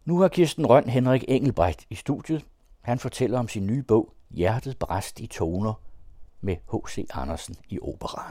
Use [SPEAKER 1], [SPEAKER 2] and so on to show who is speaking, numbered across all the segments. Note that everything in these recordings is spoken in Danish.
[SPEAKER 1] Nu har Kirsten Rønn Henrik Engelbrecht i studiet. Han fortæller om sin nye bog, Hjertet brast i toner, med H.C. Andersen i operaen.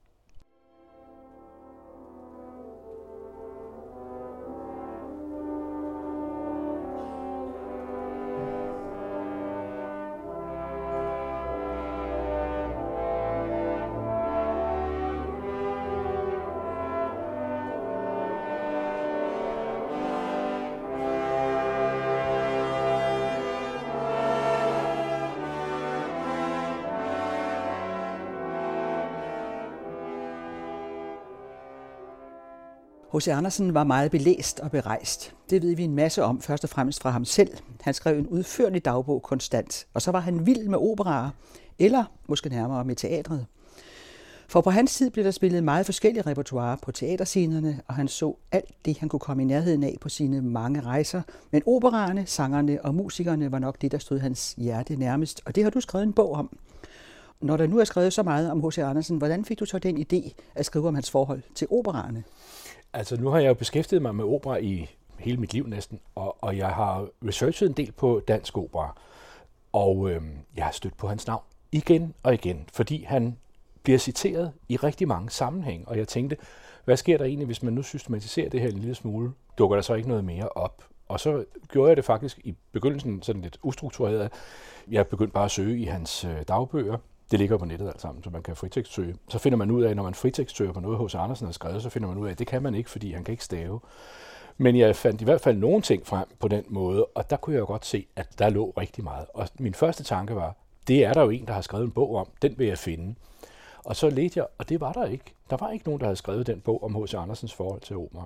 [SPEAKER 2] H.C. Andersen var meget belæst og berejst. Det ved vi en masse om, først og fremmest fra ham selv. Han skrev en udførlig dagbog konstant, og så var han vild med operaer, eller måske nærmere med teatret. For på hans tid blev der spillet meget forskellige repertoire på teaterscenerne, og han så alt det, han kunne komme i nærheden af på sine mange rejser. Men operaerne, sangerne og musikerne var nok det, der stod hans hjerte nærmest, og det har du skrevet en bog om. Når der nu er skrevet så meget om H.C. Andersen, hvordan fik du så den idé at skrive om hans forhold til operaerne?
[SPEAKER 3] Altså nu har jeg jo beskæftiget mig med opera i hele mit liv næsten, og jeg har researchet en del på dansk opera, og jeg har stødt på hans navn igen og igen, fordi han bliver citeret i rigtig mange sammenhæng, og jeg tænkte, hvad sker der egentlig, hvis man nu systematiserer det her en lille smule? Dukker der så ikke noget mere op? Og så gjorde jeg det faktisk i begyndelsen sådan lidt ustruktureret. Jeg begyndte bare at søge i hans dagbøger. Det ligger på nettet alt sammen, så man kan fritekstsøge. Så finder man ud af, når man fritekstsøger på noget, H.C. Andersen har skrevet, så finder man ud af, at det kan man ikke, fordi han kan ikke stave. Men jeg fandt i hvert fald nogle ting frem på den måde, og der kunne jeg jo godt se, at der lå rigtig meget. Og min første tanke var, det er der jo en, der har skrevet en bog om, den vil jeg finde. Og så ledte jeg, og det var der ikke. Der var ikke nogen, der havde skrevet den bog om H.C. Andersens forhold til opera.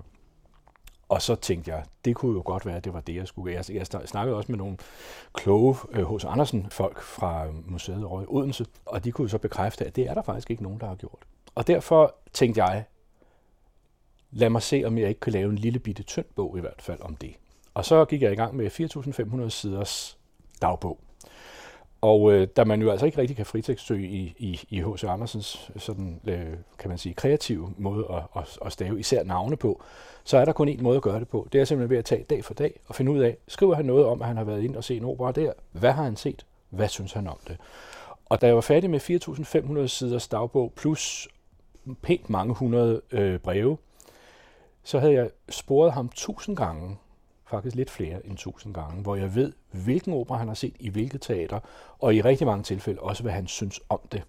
[SPEAKER 3] Og så tænkte jeg, det kunne jo godt være, at det var det, jeg skulle. Jeg snakkede også med nogle kloge H.C. Andersen-folk fra museet over i Odense, og de kunne så bekræfte, at det er der faktisk ikke nogen, der har gjort. Og derfor tænkte jeg, lad mig se, om jeg ikke kan lave en lille bitte tynd bog i hvert fald om det. Og så gik jeg i gang med 4.500 siders dagbog. Og da man jo altså ikke rigtig kan fritekstsøge i H.C. Andersens sådan, kan man sige, kreative måde at stave især navne på, så er der kun én måde at gøre det på. Det er simpelthen ved at tage dag for dag og finde ud af, skriver han noget om, at han har været inde og set en opera der? Hvad har han set? Hvad synes han om det? Og da jeg var færdig med 4.500 siders dagbog plus pænt mange hundrede breve, så havde jeg sporet ham 1000 gange, faktisk lidt flere end 1000 gange, hvor jeg ved, hvilken opera han har set i hvilket teater, og i rigtig mange tilfælde også, hvad han synes om det.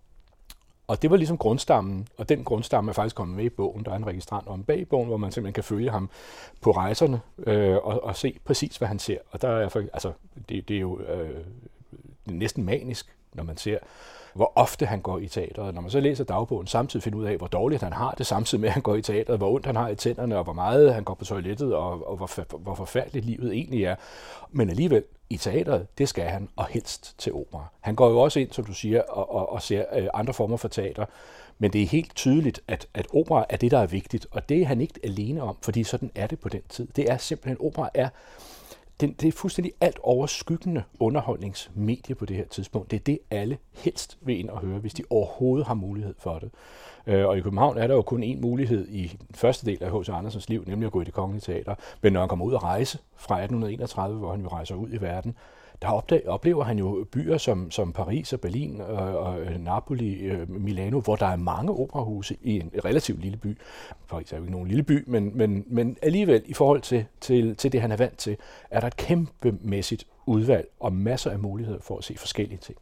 [SPEAKER 3] Og det var ligesom grundstammen, og den grundstamme er faktisk kommet med i bogen. Der er en registrant om bag bogen, hvor man simpelthen kan følge ham på rejserne og se præcis, hvad han ser. Og der er altså, det er jo næsten manisk, når man ser, hvor ofte han går i teateret. Når man så læser dagbogen, samtidig finder ud af, hvor dårligt han har det, samtidig med, at han går i teateret, hvor ondt han har i tænderne, og hvor meget han går på toilettet, og hvor forfærdeligt livet egentlig er. Men alligevel, i teateret, det skal han, og helst til opera. Han går jo også ind, som du siger, og ser andre former for teater, men det er helt tydeligt, at opera er det, der er vigtigt, og det er han ikke alene om, fordi sådan er det på den tid. Det er simpelthen, opera er det er fuldstændig alt overskyggende underholdningsmedie på det her tidspunkt. Det er det, alle helst vil ind og høre, hvis de overhovedet har mulighed for det. Og i København er der jo kun én mulighed i den første del af H.C. Andersens liv, nemlig at gå i Det Kongelige Teater. Men når han kommer ud og rejse fra 1831, hvor han jo rejser ud i verden, der oplever han jo byer som Paris og Berlin og Napoli, Milano, hvor der er mange operahuse i en relativt lille by. Paris er jo ikke nogen lille by, men alligevel i forhold til det, han er vant til, er der et kæmpemæssigt udvalg og masser af muligheder for at se forskellige ting.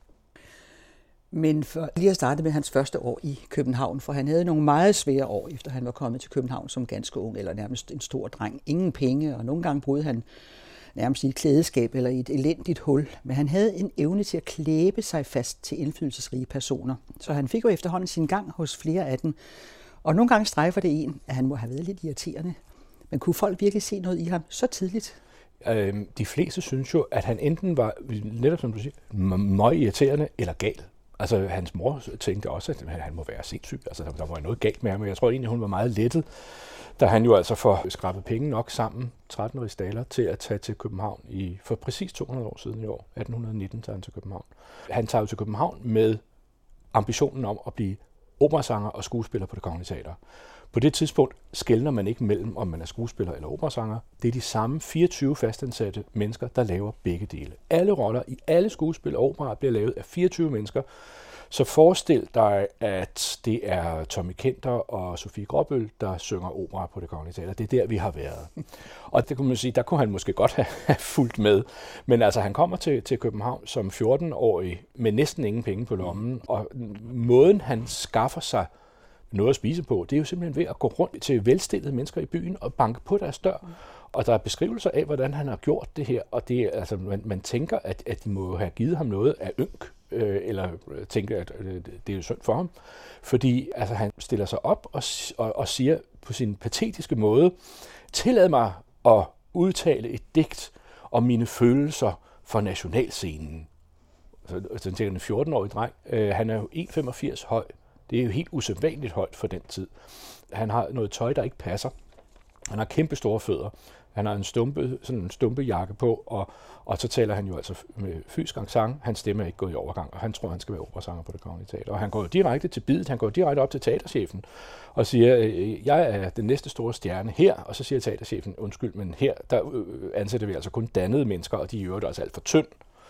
[SPEAKER 2] Men for lige at starte med hans første år i København, for han havde nogle meget svære år, efter han var kommet til København som ganske ung, eller nærmest en stor dreng. Ingen penge, og nogle gange boede han nærmest i et klædeskab eller i et elendigt hul. Men han havde en evne til at klæbe sig fast til indflydelsesrige personer. Så han fik jo efterhånden sin gang hos flere af dem. Og nogle gange strejfer det en, at han må have været lidt irriterende. Men kunne folk virkelig se noget i ham så tidligt?
[SPEAKER 3] De fleste synes jo, at han enten var, netop som du siger, meget irriterende eller gal. Altså, hans mor tænkte også, at han må være sindssyg. Altså, der var noget galt med ham, men jeg tror egentlig, hun var meget lettet, da han jo altså får skrabet penge nok sammen, 13 rigsdaler, til at tage til København for præcis 200 år siden i år. 1819 tager han til København. Han tager jo til København med ambitionen om at blive operasanger og skuespiller på Det Kongelige Teater. På det tidspunkt skelner man ikke mellem, om man er skuespiller eller operasanger. Det er de samme 24 fastansatte mennesker, der laver begge dele. Alle roller i alle skuespil og operaer bliver lavet af 24 mennesker. Så forestil dig, at det er Tommy Kenter og Sofie Gråbøl, der synger opera på Det Kongelige Teater. Det er der, vi har været. Og det kunne man sige, der kunne han måske godt have fulgt med. Men altså, han kommer til København som 14-årig med næsten ingen penge på lommen. Og måden, han skaffer sig noget at spise på, det er jo simpelthen ved at gå rundt til velstillede mennesker i byen og banke på deres dør. Og der er beskrivelser af, hvordan han har gjort det her, og det er, altså, man tænker, at de må have givet ham noget af ynk, eller tænker, at det er jo synd for ham. Fordi altså, han stiller sig op og siger på sin patetiske måde, tillad mig at udtale et digt om mine følelser for nationalscenen. Så tænker en 14-årig dreng, han er jo 1,85 høj. Det er jo helt usædvanligt højt for den tid. Han har noget tøj, der ikke passer. Han har kæmpe store fødder. Han har en stumpe jakke på, og så taler han jo altså med fysisk accent. Hans stemme er ikke gået i overgang, og han tror, han skal være operasanger på Det Kongelige Teater. Og han går jo direkte til bidet, han går direkte op til teaterchefen og siger, jeg er den næste store stjerne her, og så siger teaterchefen, undskyld, men her der ansætter vi altså kun dannede mennesker, og de er jo altså alt for tynd.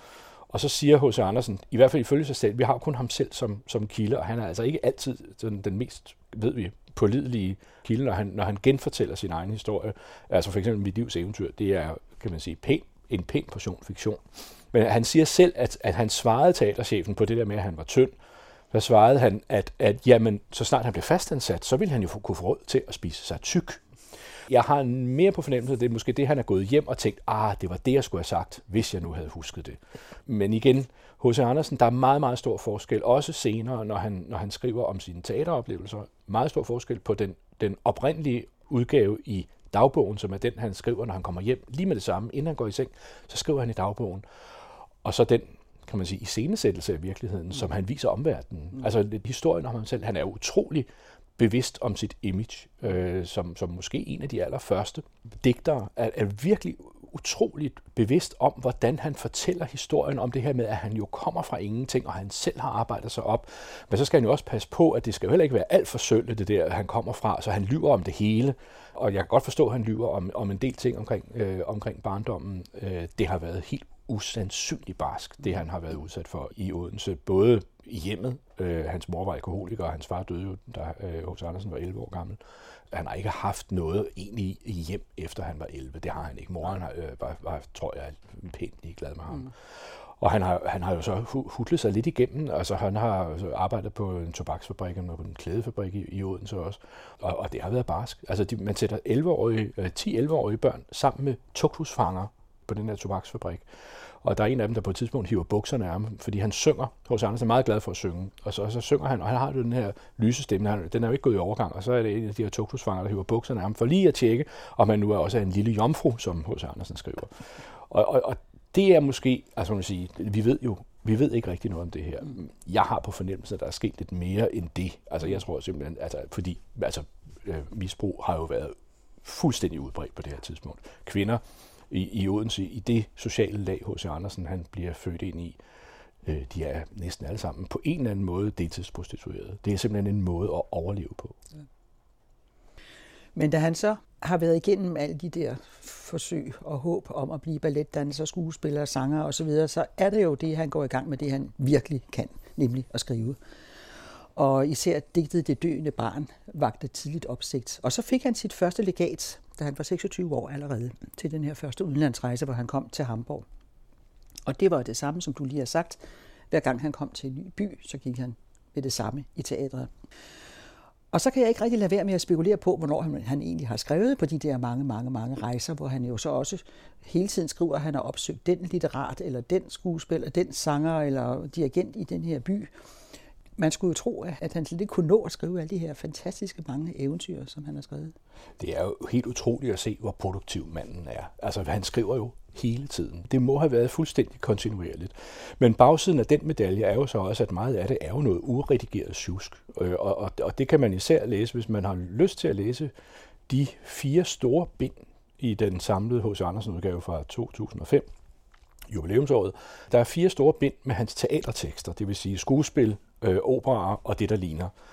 [SPEAKER 3] Og så siger H.C. Andersen, i hvert fald ifølge sig selv, vi har kun ham selv som kilde, og han er altså ikke altid den mest, ved vi, pålidelige kilde, når han genfortæller sin egen historie. Altså for eksempel Mit livs eventyr, det er, kan man sige, en pæn portion fiktion. Men han siger selv, at han svarede teaterchefen på det der med, at han var tynd. Der svarede han, at jamen, så snart han blev fastansat, så ville han jo kunne få råd til at spise sig tyk. Jeg har mere på fornemmelse, at det er måske det, han er gået hjem og tænkt, det var det, jeg skulle have sagt, hvis jeg nu havde husket det. Men igen, H.C. Andersen, der er meget, meget stor forskel, også senere, når han skriver om sine teateroplevelser, meget stor forskel på den oprindelige udgave i dagbogen, som er den, han skriver, når han kommer hjem, lige med det samme, inden han går i seng, så skriver han i dagbogen. Og så den, kan man sige, iscenesættelse af virkeligheden, som han viser omverdenen. Altså historien om ham selv, han er utrolig bevidst om sit image, som måske en af de allerførste digtere, er virkelig utroligt bevidst om, hvordan han fortæller historien om det her med, at han jo kommer fra ingenting, og han selv har arbejdet sig op. Men så skal han jo også passe på, at det skal jo heller ikke være alt for sølle, det der, han kommer fra, så han lyver om det hele. Og jeg kan godt forstå, at han lyver om en del ting omkring barndommen. Det har været helt usandsynligt barsk, det han har været udsat for i Odense, både i hjemmet. Hans mor var alkoholiker, og hans far døde jo, da H.C. Andersen var 11 år gammel. Han har ikke haft noget egentlig i hjem, efter han var 11. Det har han ikke. Moren var, tror jeg, pænt ligeglad med ham. Og han har jo så hutlet sig lidt igennem. Altså, han har arbejdet på en tobaksfabrik og på en klædefabrik i Odense også. Og det har været barsk. Altså, man sætter 10-11-årige børn sammen med tugthusfanger på den her tobaksfabrik. Og der er en af dem, der på et tidspunkt hiver bukserne af ham, fordi han synger. H.C. Andersen er meget glad for at synge. Og så synger han, og han har jo den her lysestemme. Den er jo ikke gået i overgang. Og så er det en af de her tugthusfanger, der hiver bukserne af ham, for lige at tjekke, om han nu også er en lille jomfru, som H.C. Andersen skriver. Og det er måske, altså man vil sige, vi ved ikke rigtig noget om det her. Jeg har på fornemmelsen, at der er sket lidt mere end det. Altså jeg tror simpelthen, fordi misbrug har jo været fuldstændig udbredt på det her tidspunkt. Kvinder i Odense, i det sociale lag, H.C. Andersen han bliver født ind i, de er næsten alle sammen på en eller anden måde deltidsprostituerede. Det er simpelthen en måde at overleve på. Ja.
[SPEAKER 2] Men da han så har været igennem alle de der forsøg og håb om at blive balletdanser, skuespiller, sanger osv., så er det jo det, han går i gang med, det han virkelig kan, nemlig at skrive. Og især digtet Det døende barn vagte tidligt opsigt. Og så fik han sit første legat, da han var 26 år allerede, til den her første udenlandsrejse, hvor han kom til Hamburg. Og det var det samme, som du lige har sagt. Hver gang han kom til en ny by, så gik han med det samme i teatret. Og så kan jeg ikke rigtig lade være med at spekulere på, hvornår han egentlig har skrevet på de der mange rejser, hvor han jo så også hele tiden skriver, at han har opsøgt den litterat, eller den skuespiller, den sanger, eller dirigent i den her by. Man skulle jo tro, at han slet ikke kunne nå at skrive alle de her fantastiske mange eventyr, som han har skrevet.
[SPEAKER 3] Det er jo helt utroligt at se, hvor produktiv manden er. Altså, han skriver jo hele tiden. Det må have været fuldstændig kontinuerligt. Men bagsiden af den medalje er jo så også, at meget af det er jo noget uredigeret sjusk. Og det kan man især læse, hvis man har lyst til at læse de 4 store bind i den samlede H.C. Andersen-udgave fra 2005, jubilæumsåret. Der er 4 store bind med hans teatertekster, det vil sige skuespil, operaer og det, der ligner.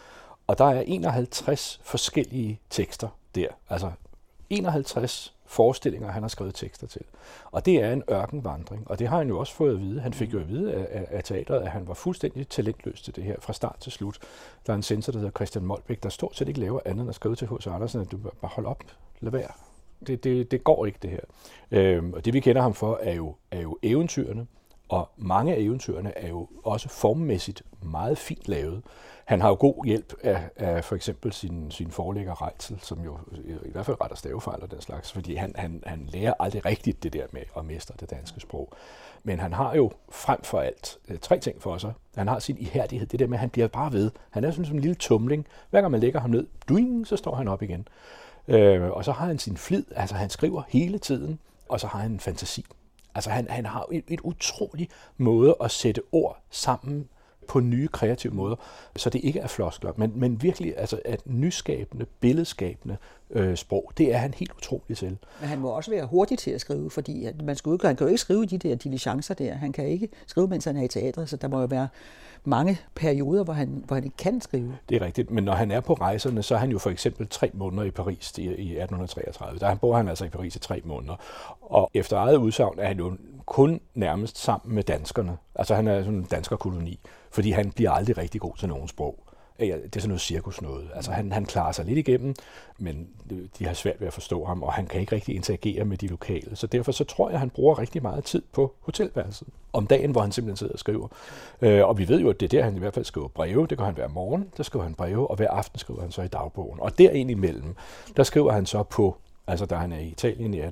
[SPEAKER 3] Og der er 51 forskellige tekster der. Altså 51 forestillinger, han har skrevet tekster til. Og det er en ørkenvandring. Og det har han jo også fået at vide. Han fik jo at vide af teatret, at han var fuldstændig talentløs til det her, fra start til slut. Der er en censor, der hedder Christian Molbæk, der stort set ikke laver andet end at skrive til H.C. Andersen, at du bare hold op, lad være. Det går ikke, det her. Og det vi kender ham for, er jo eventyrene. Og mange af eventyrene er jo også formmæssigt meget fint lavet. Han har jo god hjælp af for eksempel sin forlægger Reitzel, som jo i hvert fald retter stavefejl og den slags, fordi han lærer aldrig rigtigt det der med at mestre det danske sprog. Men han har jo frem for alt 3 ting for sig. Han har sin ihærdighed, det der med, at han bliver bare ved. Han er sådan som en lille tumling. Hver gang man lægger ham ned, duing, så står han op igen. Og så har han sin flid, altså han skriver hele tiden, og så har han en fantasi. Altså han har et utrolig måde at sætte ord sammen på nye kreative måder, så det ikke er floskler, men virkelig altså at nyskabende, billedskabende sprog, det er han helt utrolig til.
[SPEAKER 2] Men han må også være hurtig til at skrive, fordi han kan jo ikke skrive de der diligencer der. Han kan ikke skrive, mens han er i teatret, så der må jo være mange perioder, hvor han ikke kan skrive.
[SPEAKER 3] Det er rigtigt, men når han er på rejserne, så er han jo for eksempel 3 måneder i Paris i 1833. Der bor han altså i Paris i 3 måneder. Og efter eget udsagn er han jo kun nærmest sammen med danskerne. Altså han er sådan en danskerkoloni, fordi han bliver aldrig rigtig god til nogen sprog. Det er sådan noget cirkus noget. Altså han klarer sig lidt igennem, men de har svært ved at forstå ham, og han kan ikke rigtig interagere med de lokale. Så derfor så tror jeg, at han bruger rigtig meget tid på hotelværelset. Om dagen, hvor han simpelthen sidder og skriver. Og vi ved jo, at det er der, han i hvert fald skriver breve. Det kan han hver morgen, der skriver han breve, og hver aften skriver han så i dagbogen. Og derimellem, der skriver han så på, altså da han er i Italien i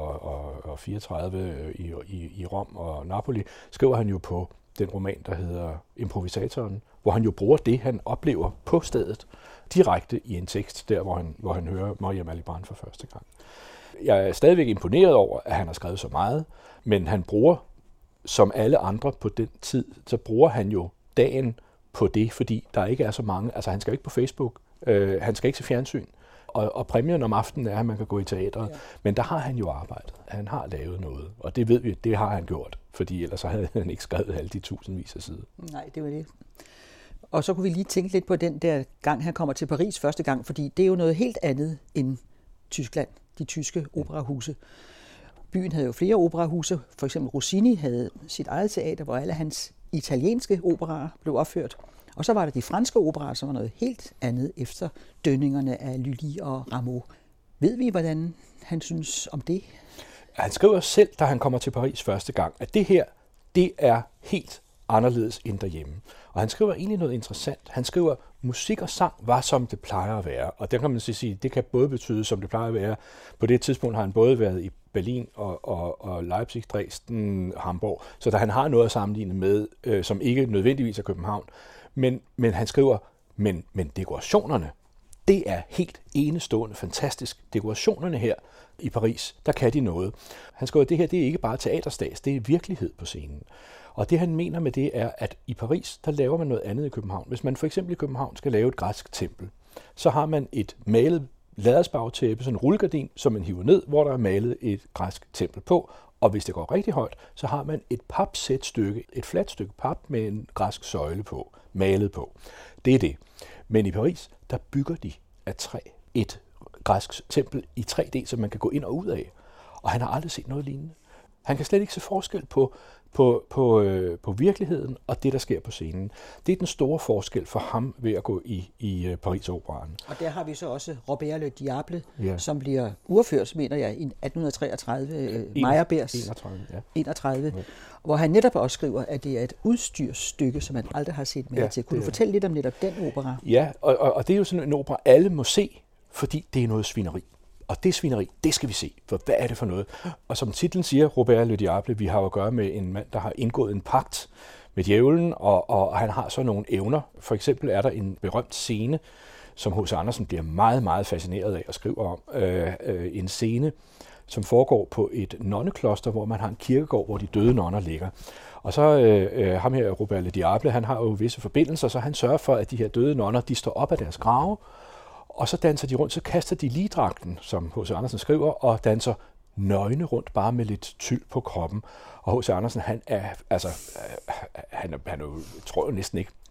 [SPEAKER 3] 1834 i Rom og Napoli, skriver han jo på den roman, der hedder Improvisatoren, hvor han jo bruger det, han oplever på stedet, direkte i en tekst, der hvor han hører Maria Malibran for første gang. Jeg er stadigvæk imponeret over, at han har skrevet så meget, men han bruger, som alle andre på den tid, så bruger han jo dagen på det, fordi der ikke er så mange, altså han skal ikke på Facebook, han skal ikke til fjernsyn, og præmien om aftenen er, at man kan gå i teatret, ja. Men der har han jo arbejdet. Han har lavet noget, og det ved vi, det har han gjort, fordi ellers så havde han ikke skrevet alle de tusindvis af sider.
[SPEAKER 2] Nej, det var det. Og så kunne vi lige tænke lidt på den der gang, han kommer til Paris første gang, fordi det er jo noget helt andet end Tyskland, de tyske operahuse. Byen havde jo flere operahuse, for eksempel Rossini havde sit eget teater, hvor alle hans italienske operaer blev opført. Og så var der de franske operaer, som var noget helt andet efter dønningerne af Lully og Rameau. Ved vi, hvordan han synes om det?
[SPEAKER 3] Han skriver selv, da han kommer til Paris første gang, at det her, det er helt anderledes end derhjemme. Og han skriver egentlig noget interessant. Han skriver, musik og sang var som det plejer at være. Og der kan man sige, det kan både betyde, som det plejer at være. På det tidspunkt har han både været i Berlin og Leipzig, Dresden, Hamburg. Så der han har noget at sammenligne med, som ikke nødvendigvis er København. Men han skriver, men dekorationerne, det er helt enestående, fantastisk. Dekorationerne her i Paris, der kan de noget. Han skriver, at det her, det er ikke bare teaterstads, det er virkelighed på scenen. Og det han mener med det er, at i Paris, der laver man noget andet i København. Hvis man for eksempel i København skal lave et græsk tempel, så har man et malet lærredsbagtæppe, sådan en rullegardin, som man hiver ned, hvor der er malet et græsk tempel på. Og hvis det går rigtig højt, så har man et papsætstykke, et fladt stykke pap med en græsk søjle på, malet på. Det er det. Men i Paris, der bygger de af træ et græsk tempel i 3D, som man kan gå ind og ud af. Og han har aldrig set noget lignende. Han kan slet ikke se forskel på virkeligheden og det, der sker på scenen. Det er den store forskel for ham ved at gå i Paris-operaen. Og
[SPEAKER 2] der har vi så også Robert Le Diable, ja, som bliver urført, mener jeg, i 1833, Meyerbeers 31, ja. Hvor han netop også skriver, at det er et udstyrsstykke, som man aldrig har set mere til. Kunne du fortælle lidt om netop den opera?
[SPEAKER 3] Ja, og det er jo sådan en opera, alle må se, fordi det er noget svineri. Og det svineri, det skal vi se, for hvad er det for noget? Og som titlen siger, Robert Le Diable, vi har at gøre med en mand, der har indgået en pagt med djævlen, og han har så nogle evner. For eksempel er der en berømt scene, som H.C. Andersen bliver meget, meget fascineret af og skriver om. En scene, som foregår på et nonnekloster, hvor man har en kirkegård, hvor de døde nonner ligger. Og så ham her, Robert Le Diable, han har jo visse forbindelser, så han sørger for, at de her døde nonner, de står op af deres grave, og så danser de rundt, så kaster de ligdragten, som H.C. Andersen skriver, og danser nøgne rundt, bare med lidt tyld på kroppen. Og H.C. Andersen, han er jo, tror jeg næsten ikke,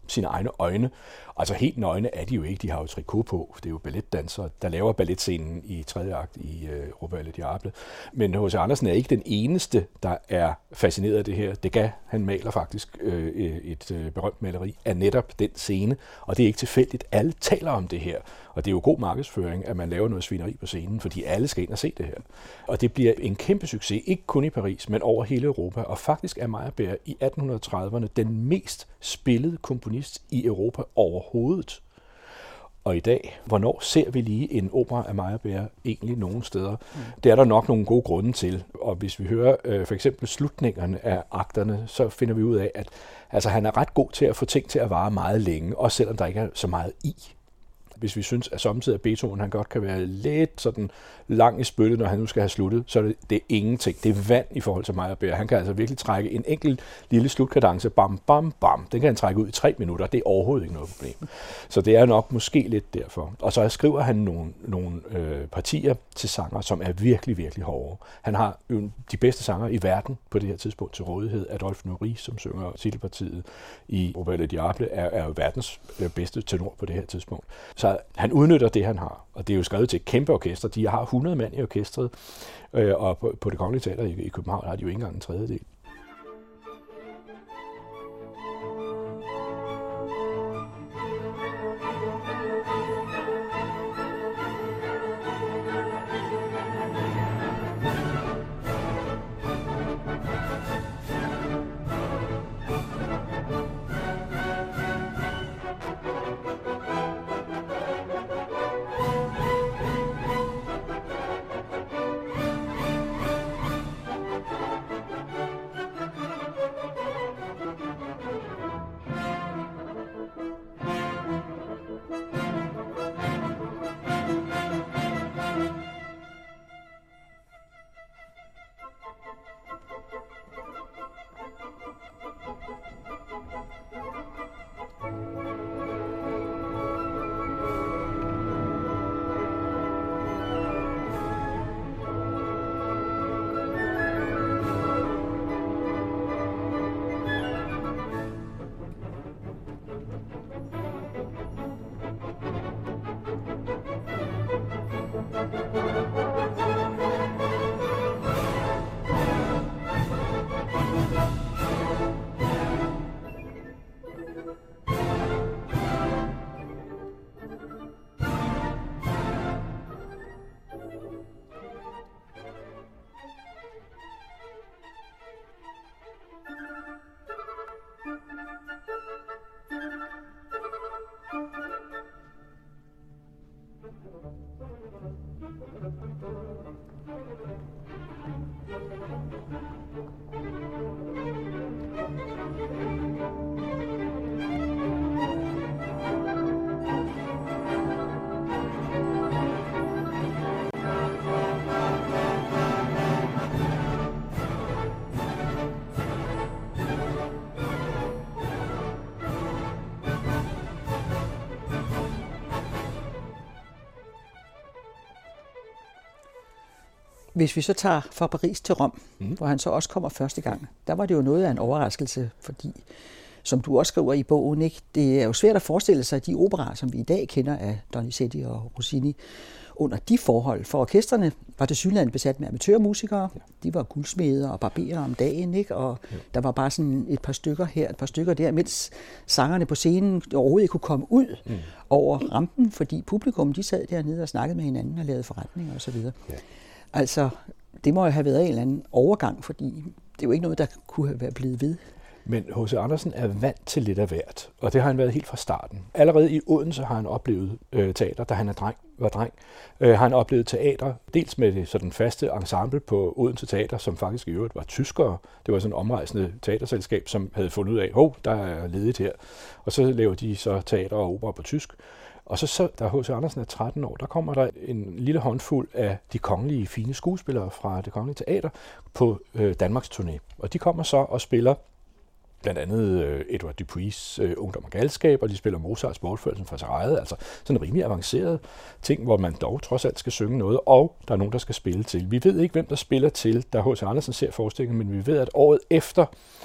[SPEAKER 3] sine egne øjne. Altså helt nøgne er de jo ikke, de har jo trikot på, det er jo balletdansere, der laver balletscenen i 3. akt i Europa eller Diable. Men H.C. Andersen er ikke den eneste, der er fascineret af det her. Degas, han maler faktisk et berømt maleri af netop den scene, og det er ikke tilfældigt. Alle taler om det her, og det er jo god markedsføring, at man laver noget svineri på scenen, fordi alle skal ind og se det her. Og det bliver en kæmpe succes, ikke kun i Paris, men over hele Europa, og faktisk er Meyerbeer i 1830'erne den mest spillede komponist i Europa overhovedet. Og i dag, hvornår ser vi lige en opera af Meyerbeer egentlig nogen steder? Det er der nok nogle gode grunde til, og hvis vi hører for eksempel slutningerne af akterne, så finder vi ud af, at altså, han er ret god til at få ting til at vare meget længe, også selvom der ikke er så meget i. Hvis vi synes, at samtidig Beethoven han godt kan være lidt sådan lang i spyttet, når han nu skal have sluttet, så er det ingenting. Det er vand i forhold til Meyerbeer. Han kan altså virkelig trække en enkelt lille slutkadence, bam, bam, bam. Den kan han trække ud i 3 minutter. Det er overhovedet ikke noget problem. Så det er nok måske lidt derfor. Og så skriver han nogle partier til sanger, som er virkelig, virkelig hårde. Han har jo de bedste sanger i verden på det her tidspunkt til rådighed. Adolphe Nourry, som synger titelpartiet i Opera Le Diable, er jo verdens bedste tenor på det her tidspunkt. Så han udnytter det, han har. Og det er jo skrevet til et kæmpe orkester. De har 100 mand i orkestret, og på Det Kongelige Teater i København har de jo ikke engang en tredjedel.
[SPEAKER 2] Hvis vi så tager fra Paris til Rom, hvor han så også kommer første gang, der var det jo noget af en overraskelse, fordi, som du også skriver i bogen, ikke, det er jo svært at forestille sig, at de operaer, som vi i dag kender af Donizetti og Rossini, under de forhold. For orkestrene var det synligheden besat med amatørmusikere. Ja. De var guldsmeder og barberer om dagen, ikke? Og der var bare sådan et par stykker her, et par stykker der, mens sangerne på scenen overhovedet ikke kunne komme ud over rampen, fordi publikum, de sad dernede og snakkede med hinanden og lavede forretninger osv. Ja. Altså, det må jo have været en eller anden overgang, fordi det er jo ikke noget, der kunne have været blevet ved.
[SPEAKER 3] Men H.C. Andersen er vant til lidt af hvert, og det har han været helt fra starten. Allerede i Odense har han oplevet teater, da han var dreng. Har han oplevet teater, dels med det sådan faste ensemble på Odense Teater, som faktisk i øvrigt var tyskere. Det var sådan et omrejsende teaterselskab, som havde fundet ud af, der er ledigt her. Og så laver de så teater og opera på tysk. Og så da H.C. Andersen er 13 år, der kommer der en lille håndfuld af de kongelige fine skuespillere fra Det Kongelige Teater på Danmarks turné. Og de kommer så og spiller blandt andet Edvard Dupuis Ungdom og Galskab, og de spiller Mozarts Bortførelsen fra Sarajevo, altså sådan en rimelig avanceret ting, hvor man dog trods alt skal synge noget, og der er nogen, der skal spille til. Vi ved ikke, hvem der spiller til, da H.C. Andersen ser forestillingen, men vi ved, at året efter,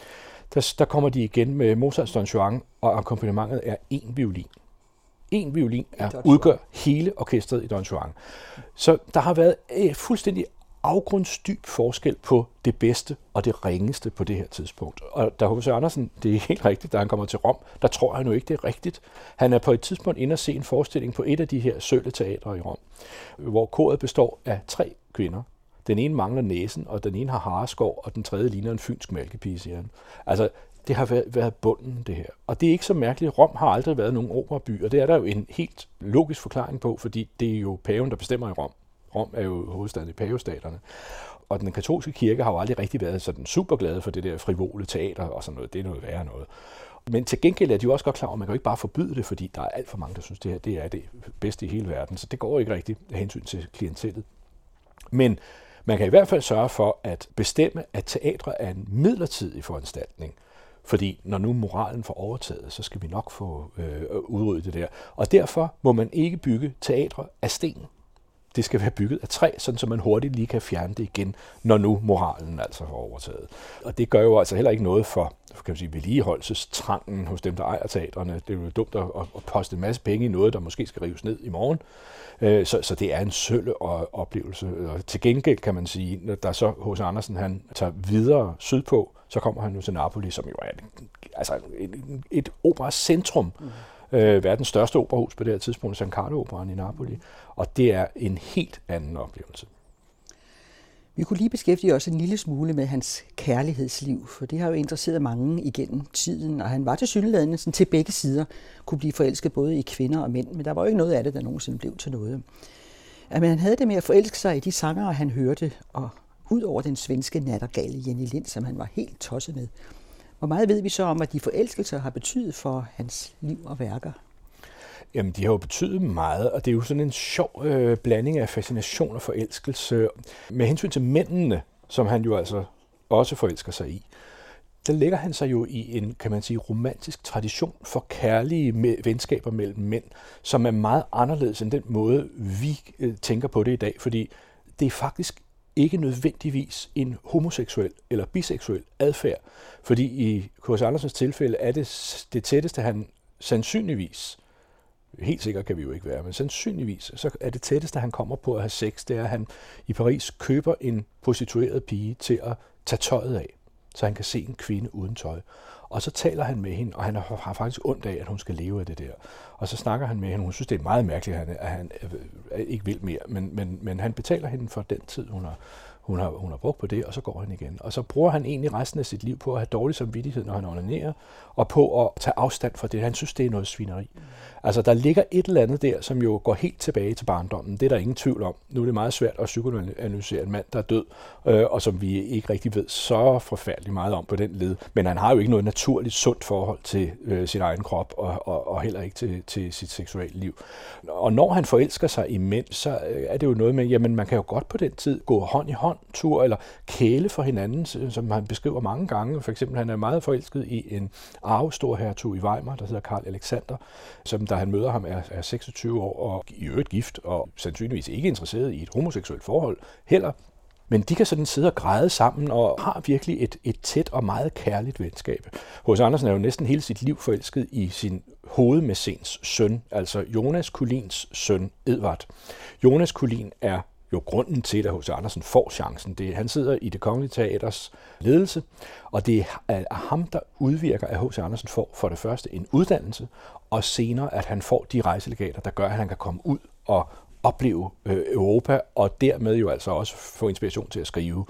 [SPEAKER 3] der kommer de igen med Mozarts Don Juan, og akkompagnementet er én violin. En violin udgør hele orkestret i Don Juan. Så der har været fuldstændig afgrundsdyb forskel på det bedste og det ringeste på det her tidspunkt. Og da H.C. Andersen, det er helt rigtigt, da han kommer til Rom, der tror han jo ikke, det er rigtigt. Han er på et tidspunkt inde og se en forestilling på et af de her søleteatre i Rom, hvor koret består af 3 kvinder. Den ene mangler næsen, og den ene har hareskår, og den tredje ligner en fynsk mælkepige, siger han. Altså, det har været bunden, det her. Og det er ikke så mærkeligt. Rom har aldrig været nogen operaby, og det er der jo en helt logisk forklaring på, fordi det er jo paven, der bestemmer i Rom. Rom er jo hovedstaden i pavestaterne. Og den katolske kirke har jo aldrig rigtig været sådan super glade for det der frivole teater og sådan noget. Det er noget værre noget. Men til gengæld er de jo også godt klar over, at man kan jo ikke bare forbyde det, fordi der er alt for mange, der synes, det her det er det bedste i hele verden. Så det går ikke rigtigt af hensyn til klientellet. Men man kan i hvert fald sørge for at bestemme, at teatre er en midlertidig foranstaltning. Fordi når nu moralen får overtaget, så skal vi nok få udryddet det der. Og derfor må man ikke bygge teatre af sten. Det skal være bygget af træ, sådan så man hurtigt lige kan fjerne det igen, når nu moralen altså får overtaget. Og det gør jo altså heller ikke noget for, kan man sige, vedligeholdelsestrangen hos dem, der ejer teatrene. Det er jo dumt at poste en masse penge i noget, der måske skal rives ned i morgen. Så det er en sølle oplevelse. Og til gengæld kan man sige, når der så H.C. Andersen han tager videre sydpå, så kommer han nu til Napoli, som jo er et operacentrum. Verdens største operahus på det her tidspunkt, San Carlo-operaen i Napoli. Og det er en helt anden oplevelse.
[SPEAKER 2] Vi kunne lige beskæftige os en lille smule med hans kærlighedsliv, for det har jo interesseret mange igennem tiden, og han var tilsyneladende sådan til begge sider, kunne blive forelsket både i kvinder og mænd, men der var jo ikke noget af det, der nogensinde blev til noget. Men han havde det med at forelske sig i de sangere, han hørte, og ud over den svenske nattergale Jenny Lind, som han var helt tosset med. Hvor meget ved vi så om, at de forelskelser har betydet for hans liv og værker?
[SPEAKER 3] Jamen, de har jo betydet meget, og det er jo sådan en sjov blanding af fascination og forelskelse. Med hensyn til mændene, som han jo altså også forelsker sig i, der lægger han sig jo i en, kan man sige, romantisk tradition for kærlige venskaber mellem mænd, som er meget anderledes end den måde, vi tænker på det i dag, fordi det er faktisk ikke nødvendigvis en homoseksuel eller biseksuel adfærd, fordi i H.C. Andersens tilfælde er det tætteste, han sandsynligvis, helt sikkert kan vi jo ikke være, men sandsynligvis, så er det tætteste, han kommer på at have sex, det er, at han i Paris køber en prostitueret pige til at tage tøjet af, så han kan se en kvinde uden tøj. Og så taler han med hende, og han har faktisk ondt af, at hun skal leve af det der. Og så snakker han med hende, hun synes, det er meget mærkeligt, at han ikke vil mere, men han betaler hende for den tid, hun har brugt på det, og så går han igen. Og så bruger han egentlig resten af sit liv på at have dårlig samvittighed, når han onanerer, og på at tage afstand fra det. Han synes, det er noget svineri. Altså, der ligger et eller andet der, som jo går helt tilbage til barndommen. Det er der ingen tvivl om. Nu er det meget svært at psykoanalysere en mand, der er død, og som vi ikke rigtig ved så forfærdeligt meget om på den led. Men han har jo ikke noget naturligt sundt forhold til sin egen krop, og heller ikke til sit seksuelle liv. Og når han forelsker sig i mænd, så er det jo noget med, jamen man kan jo godt på den tid gå hånd i hånd tur, eller kæle for hinanden, som han beskriver mange gange. For eksempel, han er meget forelsket i en arvestorhertug i Weimar, der hedder Karl Alexander, som da han møder ham er 26 år og i øvrigt gift, og sandsynligvis ikke interesseret i et homoseksuelt forhold heller. Men de kan sådan sidde og græde sammen og har virkelig et tæt og meget kærligt venskab. H.C. Andersen er jo næsten hele sit liv forelsket i sin hovedmæcens søn, altså Jonas Collins søn Edvard. Jonas Collin er jo grunden til, at H.C. Andersen får chancen. Han sidder i Det Kongelige Teaters ledelse, og det er ham, der udvirker, at H.C. Andersen får for det første en uddannelse, og senere, at han får de rejselegater, der gør, at han kan komme ud og opleve Europa, og dermed jo altså også få inspiration til at skrive.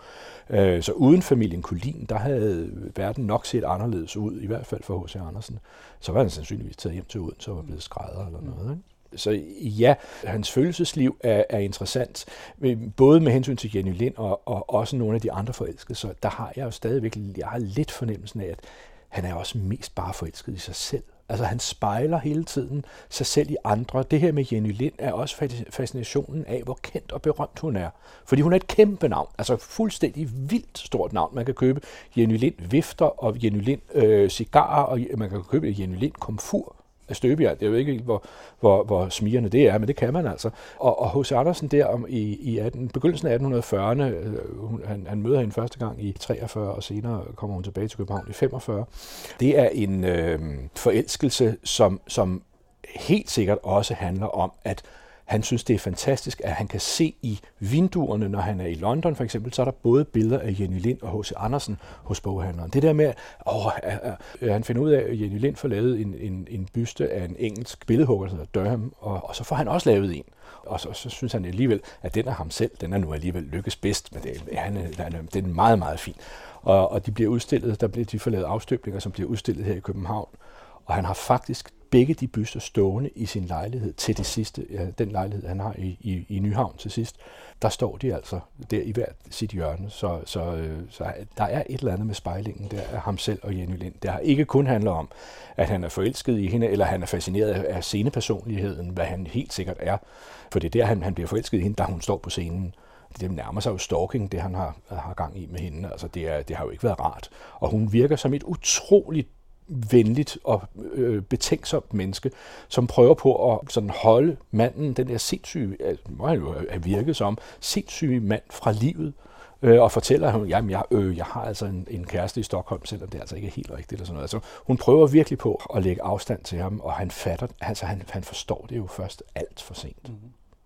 [SPEAKER 3] Så uden familien Collin, der havde verden nok set anderledes ud, i hvert fald for H.C. Andersen. Så var han sandsynligvis taget hjem til Odense og var blevet skrædder eller noget, ikke? Så ja, hans følelsesliv er interessant, både med hensyn til Jenny Lind og også nogle af de andre forelskelser. Der har jeg jo stadigvæk lidt fornemmelsen af, at han er også mest bare forelsket i sig selv. Altså han spejler hele tiden sig selv i andre. Det her med Jenny Lind er også fascinationen af, hvor kendt og berømt hun er. Fordi hun er et kæmpe navn, altså fuldstændig vildt stort navn. Man kan købe Jenny Lind vifter og Jenny Lind cigarer, og man kan købe Jenny Lind komfur. af støbejern. Det er jo ikke helt, hvor smirrende det er, men det kan man altså. Og H.C. Andersen der i begyndelsen af 1840'erne, han møder hende første gang i 43, og senere kommer hun tilbage til København i 45. Det er en forelskelse, som helt sikkert også handler om, at han synes, det er fantastisk, at han kan se i vinduerne, når han er i London for eksempel, så er der både billeder af Jenny Lind og H.C. Andersen hos boghandleren. Det der med, han finder ud af, at Jenny Lind får lavet en byste af en engelsk billedhugger, der hedder Durham, og så får han også lavet en. Og så synes han alligevel, at den af ham selv, den er nu alligevel lykkes bedst, men den er meget, meget fin. Og de bliver udstillet, de får lavet afstøbninger, som bliver udstillet her i København, og han har faktisk begge de byster stående i sin lejlighed til det sidste, den lejlighed, han har i Nyhavn til sidst. Der står de altså der i hvert sit hjørne, så der er et eller andet med spejlingen der af ham selv og Jenny Lind. Det har ikke kun handlet om, at han er forelsket i hende, eller han er fascineret af scenepersonligheden, hvad han helt sikkert er. For det er der, han bliver forelsket i hende, da hun står på scenen. Det nærmer sig jo stalking, det han har gang i med hende. Altså, det har jo ikke været rart. Og hun virker som et utroligt venligt og betænksomt menneske, som prøver på at sådan holde manden, den der sindssyge, må han jo have virket som, sindssyge mand fra livet, og fortæller, at jeg har altså en kæreste i Stockholm, selvom det altså ikke er helt rigtigt. Eller sådan noget. Altså, hun prøver virkelig på at lægge afstand til ham, og han fatter, altså han forstår det jo først alt for sent. Mm-hmm.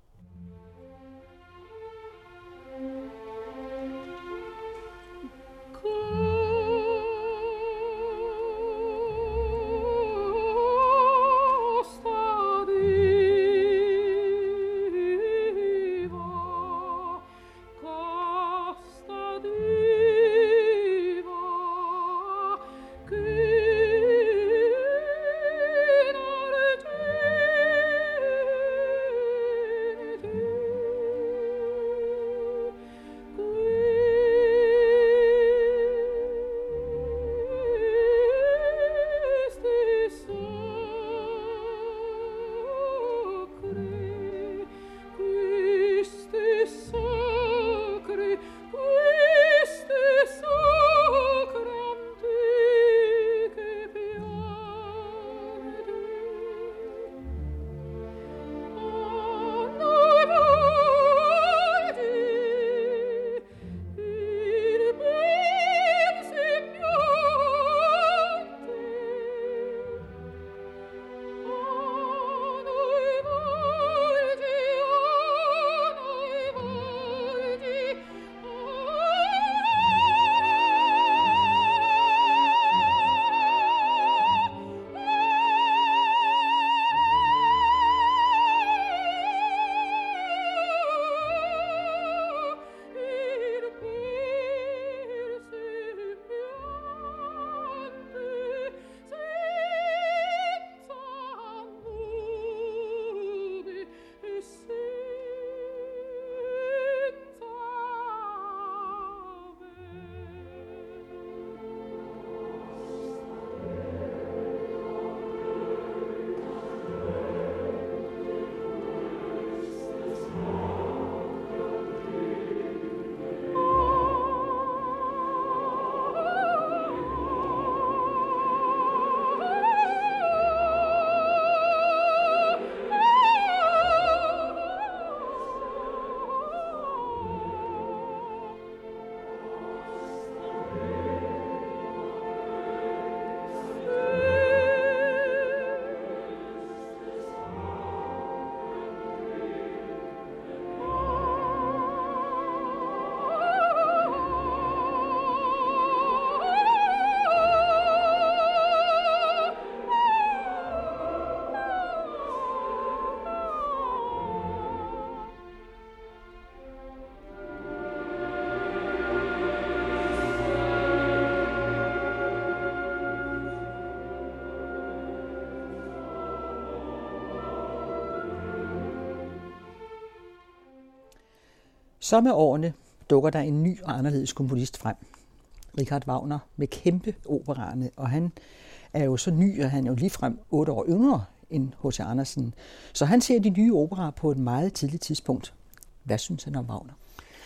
[SPEAKER 2] Så med årene dukker der en ny og anderledes komponist frem. Richard Wagner med kæmpe operaerne, og han er jo så ny, og han er jo ligefrem 8 år yngre end H.C. Andersen. Så han ser de nye operaer på et meget tidligt tidspunkt. Hvad synes han om Wagner?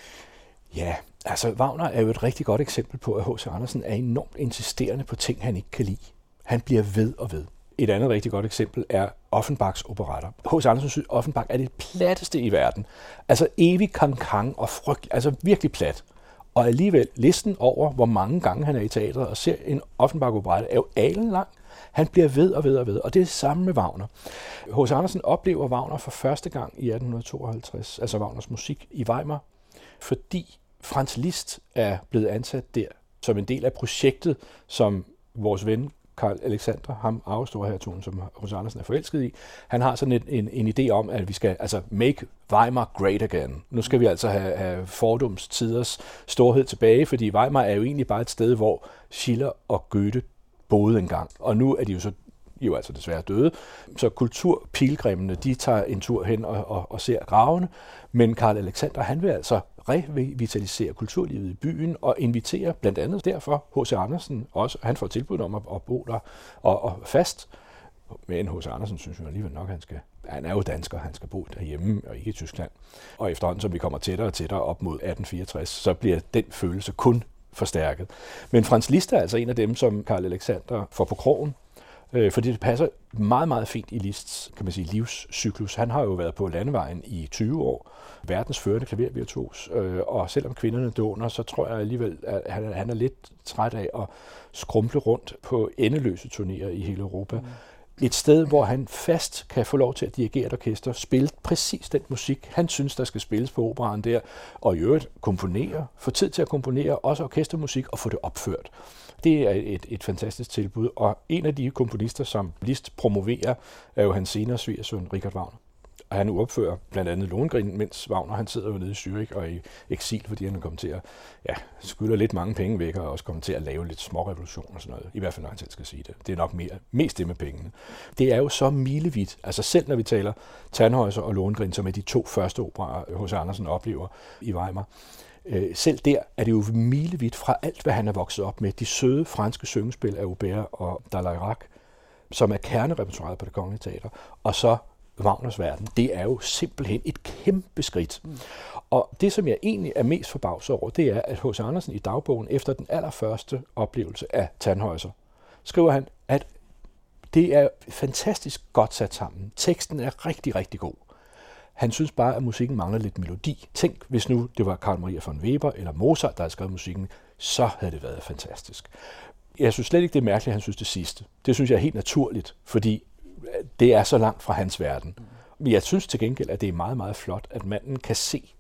[SPEAKER 3] Ja, altså Wagner er jo et rigtig godt eksempel på, at H.C. Andersen er enormt insisterende på ting, han ikke kan lide. Han bliver ved og ved. Et andet rigtig godt eksempel er Offenbachs operetter. H.C. Andersen synes, Offenbach er det platteste i verden. Altså evig kankang og frygt, altså virkelig plat. Og alligevel, listen over, hvor mange gange han er i teatret og ser en Offenbach-operette, er jo alenlang. Han bliver ved og ved og ved, og det er det samme med Wagner. H.C. Andersen oplever Wagner for første gang i 1852, altså Wagners musik i Weimar, fordi Franz Liszt er blevet ansat der som en del af projektet, som vores ven Carl Alexander, ham arvestorhertugen, som H.C. Andersen er forelsket i, han har sådan en idé om, at vi skal altså make Weimar great again. Nu skal vi altså have fordomstiders storhed tilbage, fordi Weimar er jo egentlig bare et sted, hvor Schiller og Goethe boede engang. Og nu er de jo altså desværre døde. Så kulturpilgrimene, de tager en tur hen og ser gravene. Men Carl Alexander, han vil altså revitalisere kulturlivet i byen og invitere blandt andet derfor H.C. Andersen også. Han får tilbud om at bo der og fast. Men H.C. Andersen synes jo alligevel nok, han er jo dansker, han skal bo derhjemme og ikke i Tyskland. Og efterhånden, som vi kommer tættere og tættere op mod 1864, så bliver den følelse kun forstærket. Men Franz Liszt er altså en af dem, som Carl Alexander får på krogen, fordi det passer meget, meget fint i Liszts, kan man sige, livscyklus. Han har jo været på landevejen i 20 år, verdens førende klavervirtuos, og selvom kvinderne dåner, så tror jeg alligevel, at han er lidt træt af at skrumple rundt på endeløse turnéer i hele Europa. Et sted, hvor han fast kan få lov til at dirigere et orkester, spille præcis den musik, han synes, der skal spilles på operaen der, og i øvrigt komponere, få tid til at komponere også orkestermusik og få det opført. Det er et fantastisk tilbud, og en af de komponister, som Liszt promoverer, er jo hans senere svigersøn, Richard Wagner. Og han opfører blandt andet Lohengrin, mens Wagner han sidder jo nede i Zürich og i eksil, fordi han er kommet til at skylder lidt mange penge væk, og også kommer til at lave lidt små revolutioner og sådan noget. I hvert fald, når han selv skal sige det. Det er nok mest det med pengene. Det er jo så milevidt. Altså selv når vi taler Tannhäuser og Lohengrin, som er de 2 første operaer, H.C. Andersen oplever i Weimar, selv der er det jo milevidt fra alt, hvad han er vokset op med. De søde franske syngespil af Aubert og Dalairac, som er kernerepertoiret på Det Kongelige Teater, og så Wagners verden. Det er jo simpelthen et kæmpe skridt. Og det, som jeg egentlig er mest forbavset over, det er, at H.C. Andersen i dagbogen, efter den allerførste oplevelse af Tannhäuser, skriver han, at det er fantastisk godt sat sammen. Teksten er rigtig, rigtig god. Han synes bare, at musikken mangler lidt melodi. Tænk, hvis nu det var Carl Maria von Weber eller Mozart, der havde skrevet musikken, så havde det været fantastisk. Jeg synes slet ikke, det er mærkeligt, at han synes det sidste. Det synes jeg er helt naturligt, fordi det er så langt fra hans verden. Men jeg synes til gengæld, at det er meget, meget flot, at manden kan se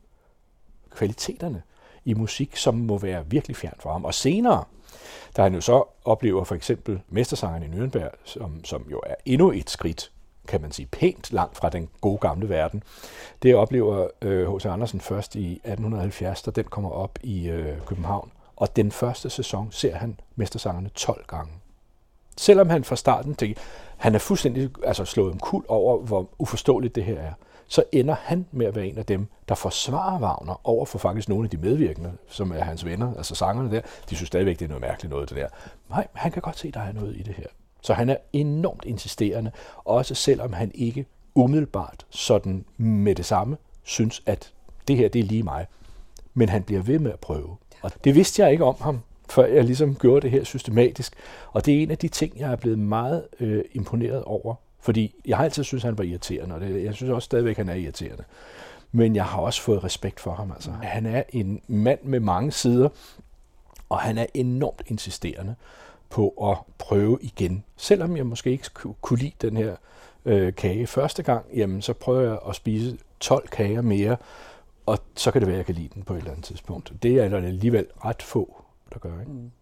[SPEAKER 3] kvaliteterne i musik, som må være virkelig fjern for ham. Og senere, da han jo så oplever for eksempel Mestersangeren i Nürnberg, som jo er endnu et skridt, kan man sige, pænt langt fra den gode gamle verden. Det oplever H.C. Andersen først i 1870, da den kommer op i København. Og den første sæson ser han Mestersangerne 12 gange. Selvom han fra starten tænker, han er fuldstændig slået omkuld over, hvor uforståeligt det her er, så ender han med at være en af dem, der forsvarer Wagner over for faktisk nogle af de medvirkende, som er hans venner, altså sangerne der. De synes stadigvæk, det er noget mærkeligt noget, det der. Nej, han kan godt se, der er noget i det her. Så han er enormt insisterende, også selvom han ikke umiddelbart sådan med det samme synes, at det her, det er lige mig. Men han bliver ved med at prøve. Og det vidste jeg ikke om ham, før jeg ligesom gjorde det her systematisk. Og det er en af de ting, jeg er blevet meget imponeret over. Fordi jeg har altid syntes, han var irriterende, og jeg synes også stadigvæk, han er irriterende. Men jeg har også fået respekt for ham. Altså. Han er en mand med mange sider, og han er enormt insisterende på at prøve igen. Selvom jeg måske ikke kunne lide den her kage første gang, jamen så prøver jeg at spise 12 kager mere, og så kan det være, at jeg kan lide den på et eller andet tidspunkt. Det er alligevel ret få, der gør, ikke? Mm.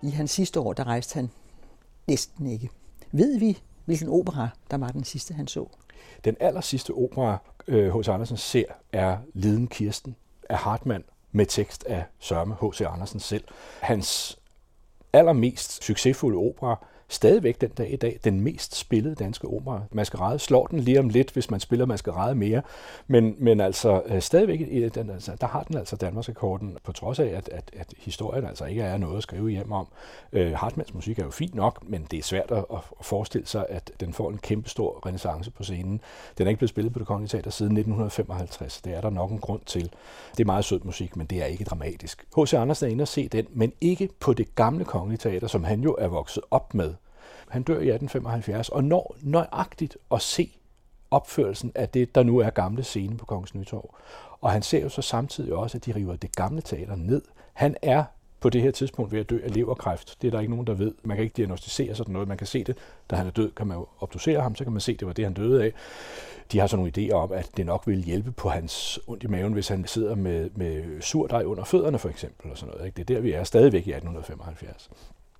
[SPEAKER 2] I hans sidste år, der rejste han næsten ikke. Ved vi, hvilken opera, der var den sidste, han så?
[SPEAKER 3] Den aller sidste opera, H.C. Andersen ser, er Liden Kirsten af Hartmann med tekst af Sørme H.C. Andersen selv. Hans allermest succesfulde opera, stadigvæk den dag i dag, den mest spillede danske opera. Maskerade slår den lige om lidt, hvis man spiller Maskerade mere, men altså stadigvæk, der har den altså Danmarksrekorden, på trods af, at historien altså ikke er noget at skrive hjem om. Hartmanns musik er jo fint nok, men det er svært at forestille sig, at den får en kæmpestor renæssance på scenen. Den er ikke blevet spillet på Det Kongelige Teater siden 1955. Det er der nok en grund til. Det er meget sød musik, men det er ikke dramatisk. H.C. Andersen er inde at se den, men ikke på Det Gamle Kongelige Teater, som han jo er vokset op med. Han dør i 1875 og når nøjagtigt at se opførelsen af det, der nu er gamle scene på Kongens Nytorv. Og han ser jo så samtidig også, at de river Det Gamle Teater ned. Han er på det her tidspunkt ved at dø af leverkræft. Det er der ikke nogen, der ved. Man kan ikke diagnostisere sådan noget. Man kan se det, da han er død, kan man jo obducere ham, så kan man se, det var det, han døde af. De har så nogle idéer om, at det nok vil hjælpe på hans ondt i maven, hvis han sidder med surdej under fødderne for eksempel. Og sådan noget, ikke? Det er der, vi er stadigvæk i 1875.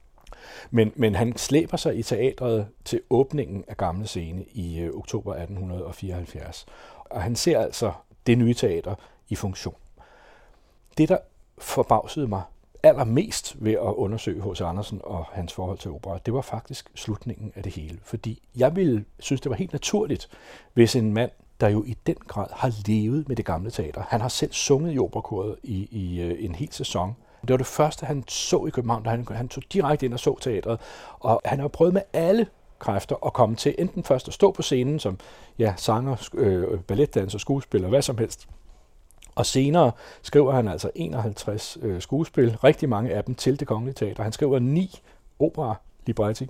[SPEAKER 3] Men han slæber sig i teatret til åbningen af Gamle Scene i oktober 1874. Og han ser altså det nye teater i funktion. Det, der forbavsede mig allermest ved at undersøge H.C. Andersen og hans forhold til opera, det var faktisk slutningen af det hele. Fordi jeg ville synes, det var helt naturligt, hvis en mand, der jo i den grad har levet med Det Gamle Teater, han har selv sunget i operakoret i en hel sæson. Det var det første, han så i København, da han tog direkte ind og så teatret. Og han har prøvet med alle kræfter at komme til enten først at stå på scenen som sanger, balletdanser, skuespiller, hvad som helst. Og senere skriver han altså 51 skuespil, rigtig mange af dem til Det Kongelige Teater. Han skriver 9 opera-libretti.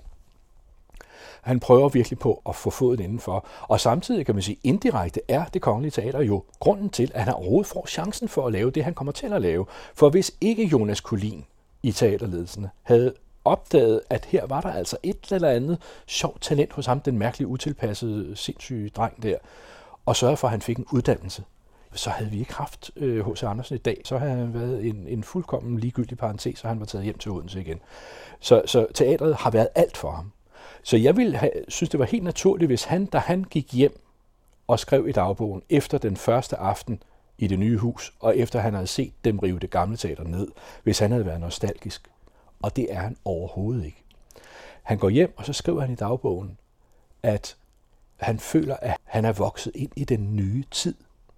[SPEAKER 3] Han prøver virkelig på at få foden indenfor. Og samtidig kan man sige, indirekte er Det Kongelige Teater jo grunden til, at han overhovedet får chancen for at lave det, han kommer til at lave. For hvis ikke Jonas Collin i teaterledelserne havde opdaget, at her var der altså et eller andet sjovt talent hos ham, den mærkelige, utilpassede, sindssyge dreng der, og sørgede for, at han fik en uddannelse, så havde vi ikke haft H.C. Andersen i dag. Så havde han været en fuldkommen ligegyldig parentes, og han var taget hjem til Odense igen. Så teatret har været alt for ham. Så jeg ville synes, det var helt naturligt, hvis da han gik hjem og skrev i dagbogen efter den første aften i det nye hus, og efter han havde set dem rive Det Gamle Teater ned, hvis han havde været nostalgisk. Og det er han overhovedet ikke. Han går hjem, og så skriver han i dagbogen, at han føler, at han er vokset ind i den nye tid.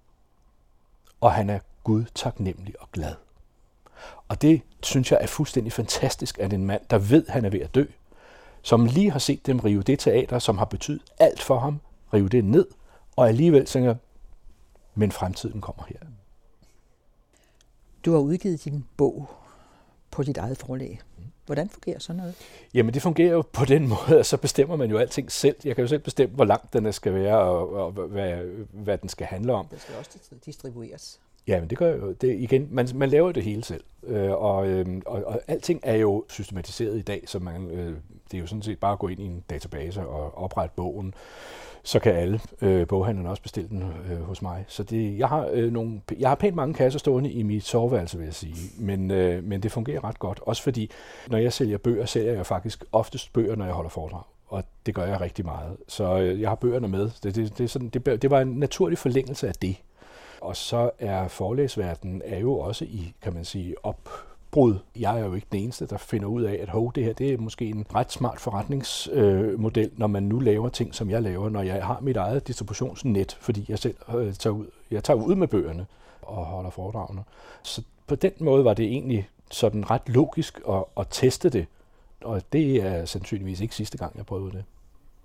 [SPEAKER 3] Og han er Gud taknemmelig og glad. Og det synes jeg er fuldstændig fantastisk, at en mand, der ved, at han er ved at dø, som lige har set dem rive det teater, som har betydet alt for ham, rive det ned, og alligevel tænker, men fremtiden kommer her.
[SPEAKER 2] Du har udgivet din bog på dit eget forlag. Hvordan fungerer sådan noget?
[SPEAKER 3] Jamen det fungerer jo på den måde, at så bestemmer man jo alting selv. Jeg kan jo selv bestemme, hvor langt den skal være, og hvad den skal handle om.
[SPEAKER 2] Den skal også distribueres.
[SPEAKER 3] Ja, men det gør jo det igen. Man laver det hele selv, og alting er jo systematiseret i dag, så det er jo sådan set bare at gå ind i en database og oprette bogen. Så kan alle boghandlerne også bestille den hos mig. Så jeg har pænt mange kasser stående i mit soveværelse, vil jeg sige. Men det fungerer ret godt. Også fordi, når jeg sælger bøger, sælger jeg faktisk oftest bøger, når jeg holder foredrag. Og det gør jeg rigtig meget. Så jeg har bøgerne med. Det var en naturlig forlængelse af det. Og så er forlægsverdenen jo også i, kan man sige, opbrud. Jeg er jo ikke den eneste, der finder ud af, at det her det er måske en ret smart forretningsmodel, når man nu laver ting, som jeg laver, når jeg har mit eget distributionsnet, fordi jeg selv tager ud med bøgerne og holder foredragene. Så på den måde var det egentlig sådan ret logisk at teste det, og det er sandsynligvis ikke sidste gang, jeg prøvede det.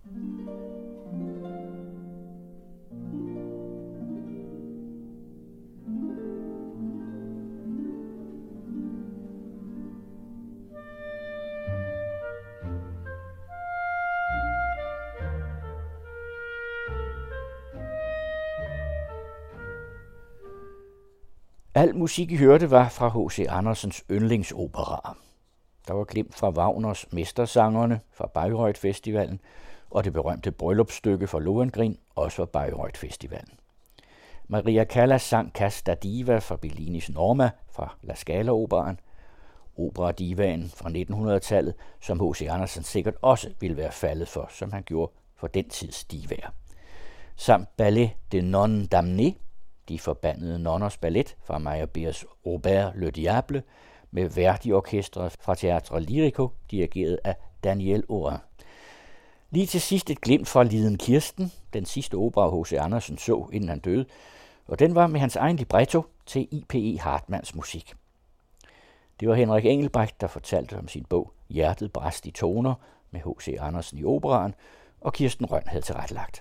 [SPEAKER 1] Al musik, I hørte, var fra H.C. Andersens yndlingsoperaer. Der var glimt fra Wagners Mestersangerne fra Bayreuth Festivalen, og det berømte bryllupsstykke fra Lohengrin, også fra Bayreuth Festivalen. Maria Callas sang Casta Diva fra Bellinis Norma fra La Scala Operaen, operadivaen fra 1900-tallet, som H.C. Andersen sikkert også ville være faldet for, som han gjorde for den tids divaer. Samt Ballet de Nonnes Damnées, de forbandede nonners ballet fra Meyerbeers Robert le Diable, med Verdi-orkestret fra Teatre Lirico, dirigeret af Daniel Aurin. Lige til sidst et glimt fra Liden Kirsten, den sidste opera H.C. Andersen så, inden han døde, og den var med hans egen libretto til I.P.E. Hartmanns musik. Det var Henrik Engelbrecht, der fortalte om sin bog Hjertet brast i toner med H.C. Andersen i operaen, og Kirsten Rønn havde tilrettelagt.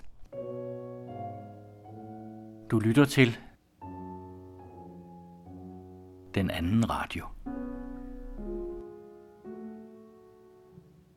[SPEAKER 1] Du lytter til Den Anden Radio.